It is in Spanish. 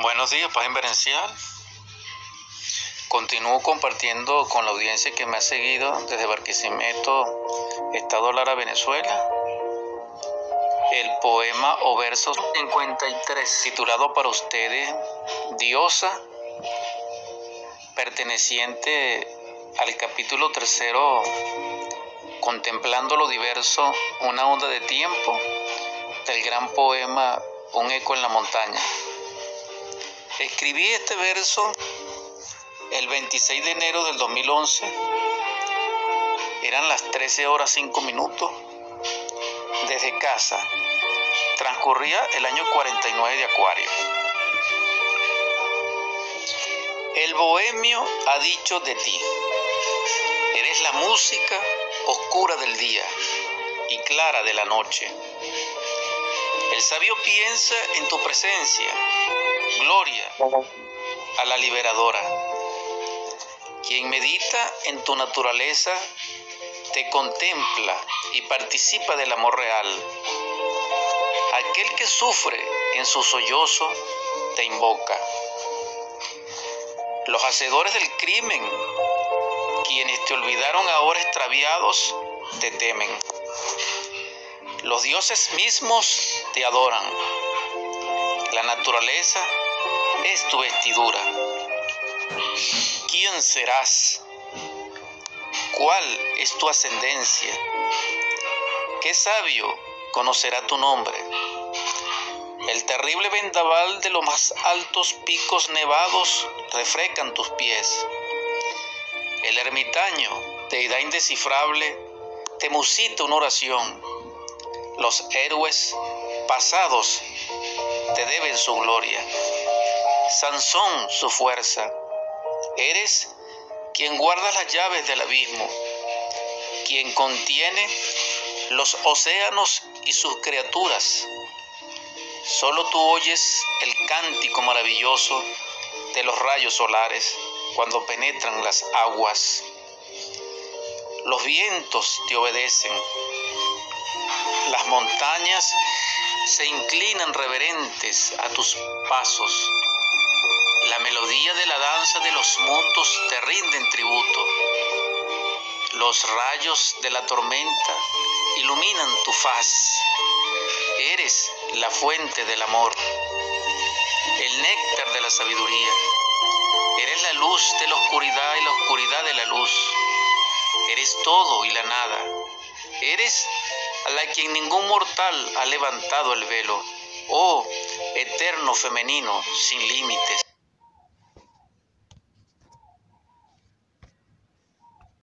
Buenos días, Paz Inverencial. Continúo compartiendo con la audiencia que me ha seguido desde Barquisimeto, Estado Lara, Venezuela, el poema o verso 53, titulado para ustedes Diosa, perteneciente al capítulo 3, Contemplando lo diverso, una onda de tiempo, del gran poema Un eco en la montaña. Escribí este verso el 26 de enero del 2011. Eran las 13 horas 5 minutos. Desde casa. Transcurría el año 49 de Acuario. El bohemio ha dicho de ti: eres la música oscura del día y clara de la noche. El sabio piensa en tu presencia, gloria a la liberadora. Quien medita en tu naturaleza te contempla y participa del amor real. Aquel que sufre en su sollozo te invoca. Los hacedores del crimen, quienes te olvidaron ahora extraviados, te temen. Los dioses mismos te adoran. La naturaleza es tu vestidura. ¿Quién serás? ¿Cuál es tu ascendencia? ¿Qué sabio conocerá tu nombre? El terrible vendaval de los más altos picos nevados refrescan tus pies. El ermitaño, deidad indescifrable, te musita una oración. Los héroes pasados te deben su gloria. Sansón su fuerza. Eres quien guarda las llaves del abismo, quien contiene los océanos y sus criaturas. Solo tú oyes el cántico maravilloso de los rayos solares cuando penetran las aguas. Los vientos te obedecen. Las montañas se inclinan reverentes a tus pasos. La melodía de la danza de los mundos te rinden tributo. Los rayos de la tormenta iluminan tu faz. Eres la fuente del amor, el néctar de la sabiduría. Eres la luz de la oscuridad y la oscuridad de la luz. Eres todo y la nada. Eres a la quien ningún mortal ha levantado el velo. Oh, eterno femenino sin límites.